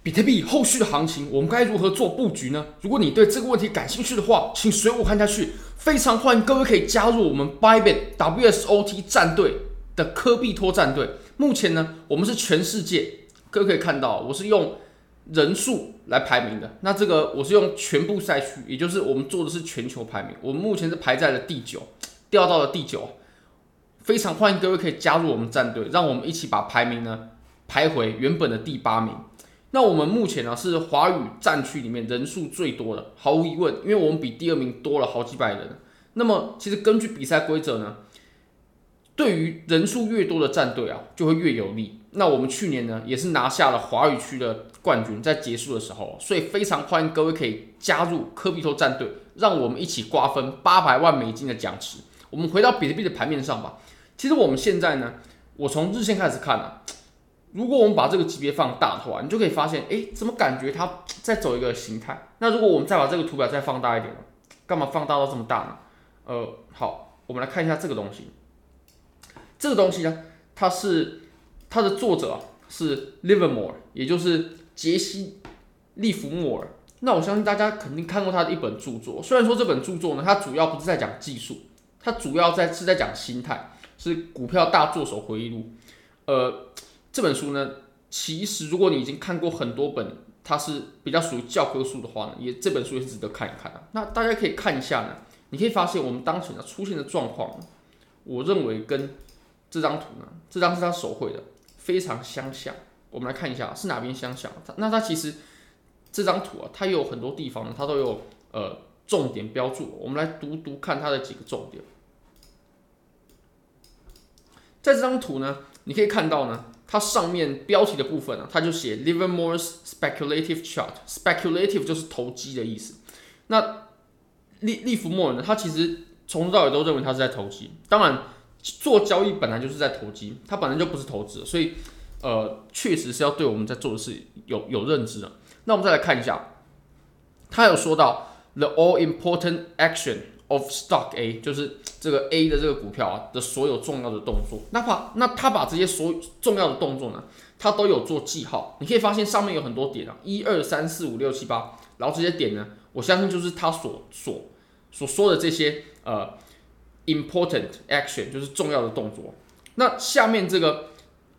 比特币后续的行情，我们该如何做布局呢？如果你对这个问题感兴趣的话，请随我看下去。非常欢迎各位可以加入我们 Bybit WSOT 战队的科比托战队。目前呢，我们是全世界，各位可以看到，我是用人数来排名的。那这个我是用全部赛区，也就是我们做的是全球排名。我们目前是排在了第9，掉到了第9。非常欢迎各位可以加入我们战队，让我们一起把排名呢排回原本的第8名。那我们目前呢是华语战区里面人数最多的，毫无疑问，因为我们比第2名多了好几百人。那么其实根据比赛规则呢，对于人数越多的战队啊，就会越有利。那我们去年呢也是拿下了华语区的冠军，在结束的时候，所以非常欢迎各位可以加入科比托战队，让我们一起瓜分800万美金的奖池。我们回到比特币的盘面上吧。其实我们现在呢，我从日线开始看啊。如果我们把这个级别放大的话，你就可以发现，怎么感觉它在走一个形态？那如果我们再把这个图表再放大一点，干嘛放大到这么大呢？好，我们来看一下这个东西。这个东西呢，它的作者是 Livermore， 也就是杰西·利弗莫尔。那我相信大家肯定看过他的一本著作，虽然说这本著作呢，它主要不是在讲技术，它主要是在讲心态，是股票大作手回忆录。这本书呢，其实如果你已经看过很多本，它是比较属于教科书的话呢，这本书也是值得看一看的。那大家可以看一下呢，你可以发现我们当前出现的状况，我认为跟这张图呢，这张是他手绘的，非常相像。我们来看一下是哪边相像。那它其实这张图啊，它有很多地方呢，它都有重点标注。我们来读看它的几个重点。在这张图呢，你可以看到呢。它上面标题的部分呢，它就写 Livermore's speculative chart，speculative 就是投机的意思。那利弗莫尔呢，他其实从头到尾都认为他是在投机。当然，做交易本来就是在投机，它本来就不是投资，所以确实是要对我们在做的事有认知的。那我们再来看一下，他有说到 the all important action of stock A， 就是这个 A 的这个股票啊的所有重要的动作。那他把这些所有重要的动作呢，他都有做记号。你可以发现上面有很多点啊，1、2、3、4、5、6、7、8，然后这些点呢，我相信就是他所说的这些important action， 就是重要的动作。那下面这个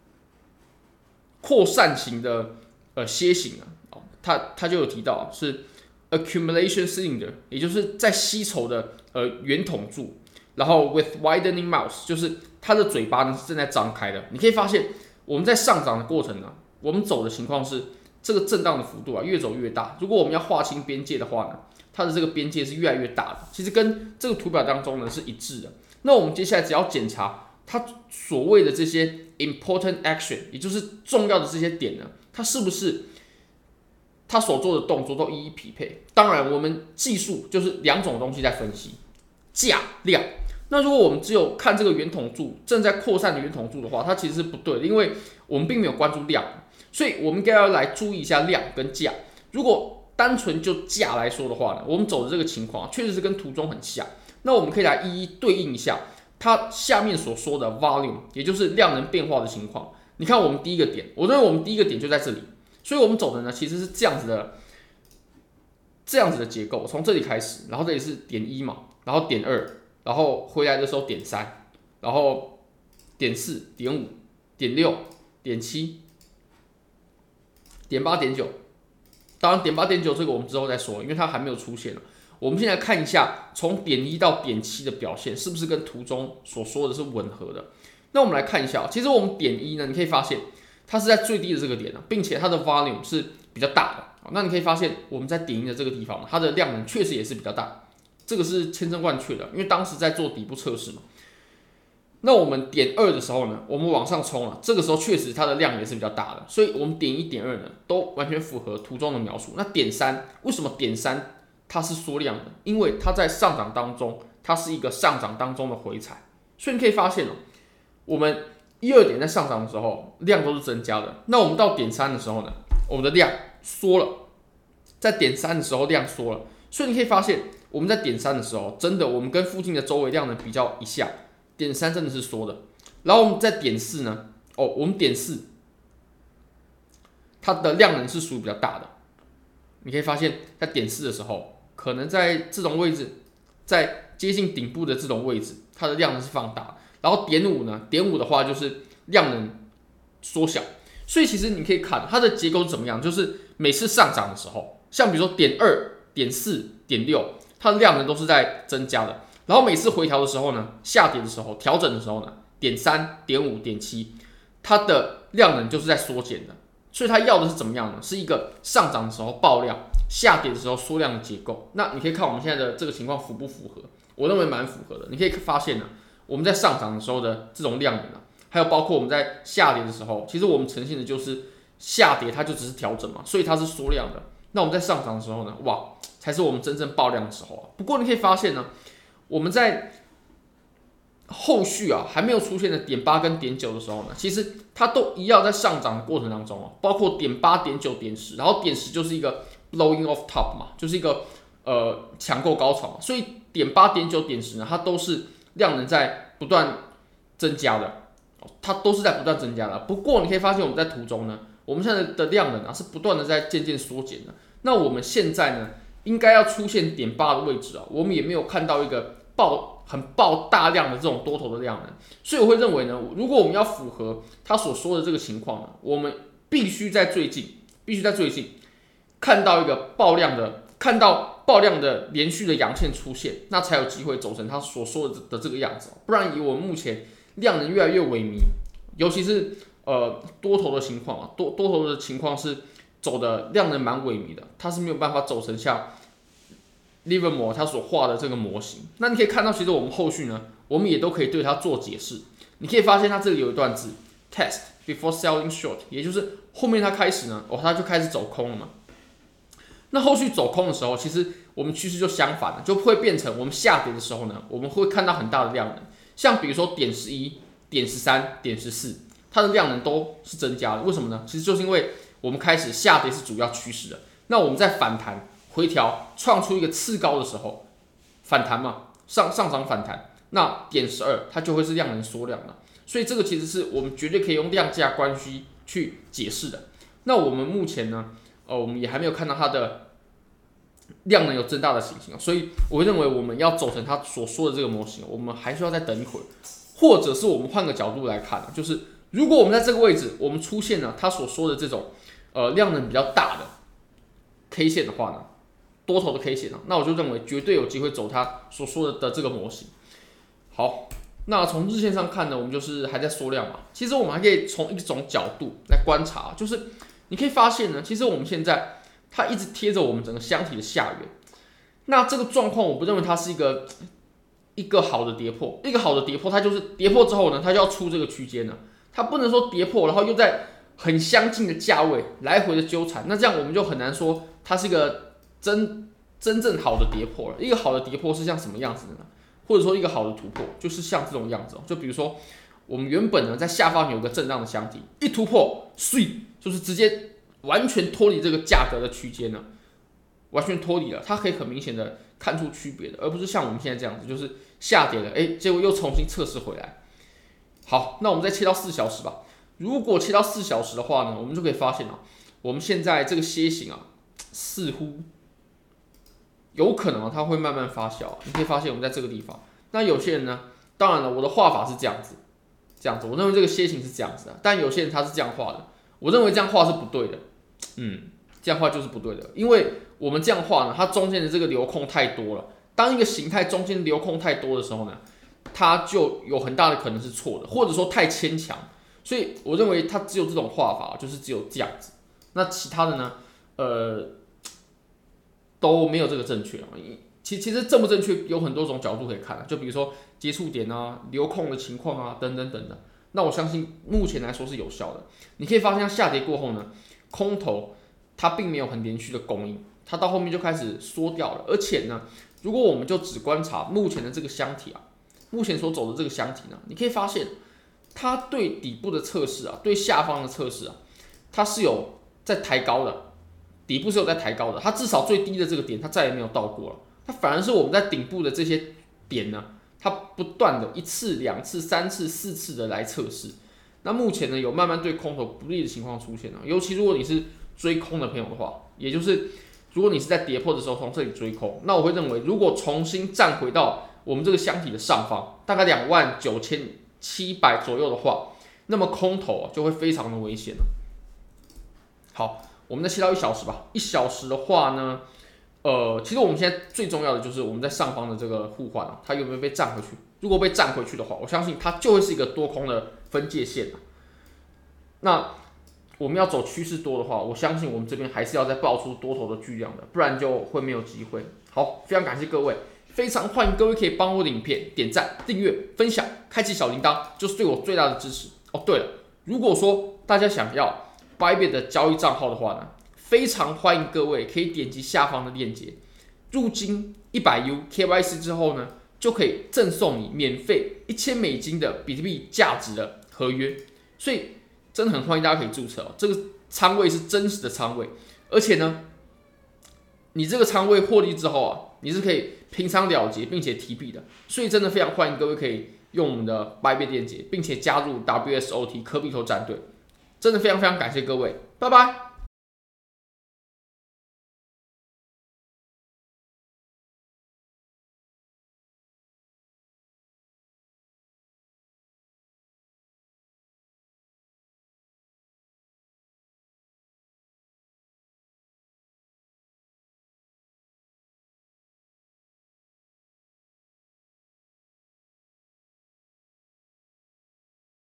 扩散型的楔形啊，他就有提到是 accumulation cylinder， 也就是在吸筹的圆筒柱，然后 with widening mouth， 就是它的嘴巴呢是正在张开的。你可以发现我们在上涨的过程呢，我们走的情况是这个震荡的幅度啊越走越大。如果我们要划清边界的话呢，它的这个边界是越来越大的，其实跟这个图表当中呢是一致的。那我们接下来只要检查它所谓的这些 important action， 也就是重要的这些点呢，它是不是他所做的动作都一一匹配。当然，我们技术就是2种东西在分析，价量。那如果我们只有看这个圆筒柱正在扩散的圆筒柱的话，它其实是不对的，因为我们并没有关注量，所以我们应该要来注意一下量跟价。如果单纯就价来说的话呢，我们走的这个情况确实是跟图中很像。那我们可以来一一对应一下它下面所说的 volume， 也就是量能变化的情况。你看我们第一个点，我认为我们第一个点就在这里。所以我们走的呢，其实是这样子的结构，从这里开始，然后这里是点1嘛，然后点2，然后回来的时候点3，然后点4、点5、点6、点7、点8、点9。当然，点8、点9这个我们之后再说，因为它还没有出现。我们现在看一下，从点1到点7的表现是不是跟图中所说的是吻合的？那我们来看一下，其实我们点1呢，你可以发现。它是在最低的这个点，并且它的 volume 是比较大的。那你可以发现，我们在点1的这个地方，它的量能确实也是比较大，这个是千真万确的，因为当时在做底部测试嘛。那我们点2的时候呢，我们往上冲了，这个时候确实它的量也是比较大的，所以我们点1、点2呢都完全符合图中的描述。那点3为什么点3它是缩量的？因为它在上涨当中，它是一个上涨当中的回踩，所以你可以发现我们1、2点在上涨的时候，量都是增加的。那我们到点3的时候呢，我们的量缩了，在点3的时候量缩了，所以你可以发现，我们在点3的时候，真的我们跟附近的周围量能比较一下，点3真的是缩的。然后我们在点4呢，我们点4 它的量能是属于比较大的。你可以发现，在点4的时候，可能在这种位置，在接近顶部的这种位置，它的量能是放大。然后点5呢，点5的话就是量能缩小。所以其实你可以看它的结构是怎么样，就是每次上涨的时候，像比如说点2、点4、点6，它的量能都是在增加的。然后每次回调的时候呢，下跌的时候，调整的时候呢，点3、点5、点7，它的量能就是在缩减的。所以它要的是怎么样呢？是一个上涨的时候爆量，下跌的时候缩量的结构。那你可以看我们现在的这个情况符不符合？我认为蛮符合的。你可以发现呢，我们在上涨的时候的这种量能啊，还有包括我们在下跌的时候，其实我们呈现的就是下跌，它就只是调整嘛，所以它是缩量的。那我们在上涨的时候呢，哇，才是我们真正爆量的时候啊。不过你可以发现呢，我们在后续啊还没有出现的点8跟点9的时候呢，其实它都一样在上涨的过程当中啊，包括点8、点9、点10，然后点10就是一个 blowing off top 嘛，就是一个抢购高潮嘛，所以点8、点9、点10呢，它都是量能在不断增加的，它都是在不断增加的。不过你可以发现我们在图中呢，我们现在的量能啊是不断的在渐渐缩减的。那我们现在呢，应该要出现点8的位置啊，我们也没有看到一个很爆大量的这种多头的量能，所以我会认为呢，如果我们要符合他所说的这个情况呢，我们必须在最近看到一个爆量的连续的阳线出现，那才有机会走成他所说的这个样子。不然以我们目前量能越来越萎靡，尤其是多头的情况啊，多头的情况是走的量能蛮萎靡的，它是没有办法走成像Livermore 他所画的这个模型。那你可以看到，其实我们后续呢，我们也都可以对它做解释。你可以发现它这里有一段字 test before selling short， 也就是后面它开始呢，它就开始走空了嘛。那后续走空的时候，其实我们趋势就相反了，就会变成我们下跌的时候呢，我们会看到很大的量能，像比如说点11、点13、点14，它的量能都是增加的。为什么呢？其实就是因为我们开始下跌是主要趋势的，那我们在反弹回调创出一个次高的时候，反弹嘛，上涨反弹，那点12它就会是量能缩量了。所以这个其实是我们绝对可以用量价关系去解释的。那我们目前呢，我们也还没有看到它的量能有增大的情形，所以我会认为我们要走成它所说的这个模型，我们还需要再等一会儿，或者是我们换个角度来看，就是如果我们在这个位置，我们出现了它所说的这种量能比较大的 K 线的话呢，多头的 K 线，那我就认为绝对有机会走它所说的这个模型。好，那从日线上看呢，我们就是还在缩量嘛。其实我们还可以从一种角度来观察，就是你可以发现呢，其实我们现在它一直贴着我们整个箱体的下缘。那这个状况，我不认为它是一个好的跌破。一个好的跌破，它就是跌破之后呢，它就要出这个区间了。它不能说跌破，然后又在很相近的价位来回的纠缠，那这样我们就很难说它是一个真正好的跌破了。一个好的跌破是像什么样子的呢？或者说一个好的突破就是像这种样子，就比如说我们原本呢在下方有个震荡的箱体，一突破，就是直接完全脱离这个价格的区间了，完全脱离了，它可以很明显的看出区别的，而不是像我们现在这样子，就是下跌了，结果又重新测试回来。好，那我们再切到4小时吧。如果切到4小时的话呢，我们就可以发现啊，我们现在这个楔形啊，似乎有可能它会慢慢发酵。你可以发现我们在这个地方，那有些人呢，当然了，我的画法是这样子，我认为这个楔形是这样子的，但有些人他是这样画的，我认为这样画是不对的，这样画就是不对的，因为我们这样画呢，它中间的这个流空太多了。当一个形态中间流空太多的时候呢，它就有很大的可能是错的，或者说太牵强。所以我认为它只有这种画法，就是只有这样子。那其他的呢，都没有这个正确。其实正不正确有很多种角度可以看，就比如说接触点啊、流空的情况啊等等等的。那我相信目前来说是有效的。你可以发现下跌过后呢，空头它并没有很连续的供应，它到后面就开始缩掉了。而且呢，如果我们就只观察目前的这个箱体啊，目前所走的这个箱体呢，你可以发现它对底部的测试啊，对下方的测试啊，它是有在抬高的，底部是有在抬高的，它至少最低的这个点它再也没有到过了。它反而是我们在顶部的这些点呢，它不断的1次、2次、3次、4次的来测试。 那目前呢有慢慢对空头不利的情况出现了，尤其如果你是追空的朋友的话，也就是如果你是在跌破的时候从这里追空，那我会认为如果重新站回到我们这个箱体的上方，大概29700左右的话，那么空头就会非常的危险了。好，我们再切到1小时吧。1小时的话呢，其实我们现在最重要的就是我们在上方的这个互换它有没有被站回去？如果被站回去的话，我相信它就会是一个多空的分界线。那我们要走趋势多的话，我相信我们这边还是要再爆出多头的巨量的，不然就会没有机会。好，非常感谢各位，非常欢迎各位可以帮我的影片点赞、订阅、分享、开启小铃铛，就是对我最大的支持。哦，对了，如果说大家想要 Bybit 的交易账号的话呢，非常欢迎各位可以点击下方的链接，入金100U KYC 之后呢，就可以赠送你免费$1000的比特币价值的合约，所以真的很欢迎大家可以注册哦。这个仓位是真实的仓位，而且呢，你这个仓位获利之后啊，你是可以平仓了结并且提币的，所以真的非常欢迎各位可以用我们的 Bybit 链接，并且加入 WSOT 科币头战队。真的非常非常感谢各位，拜拜。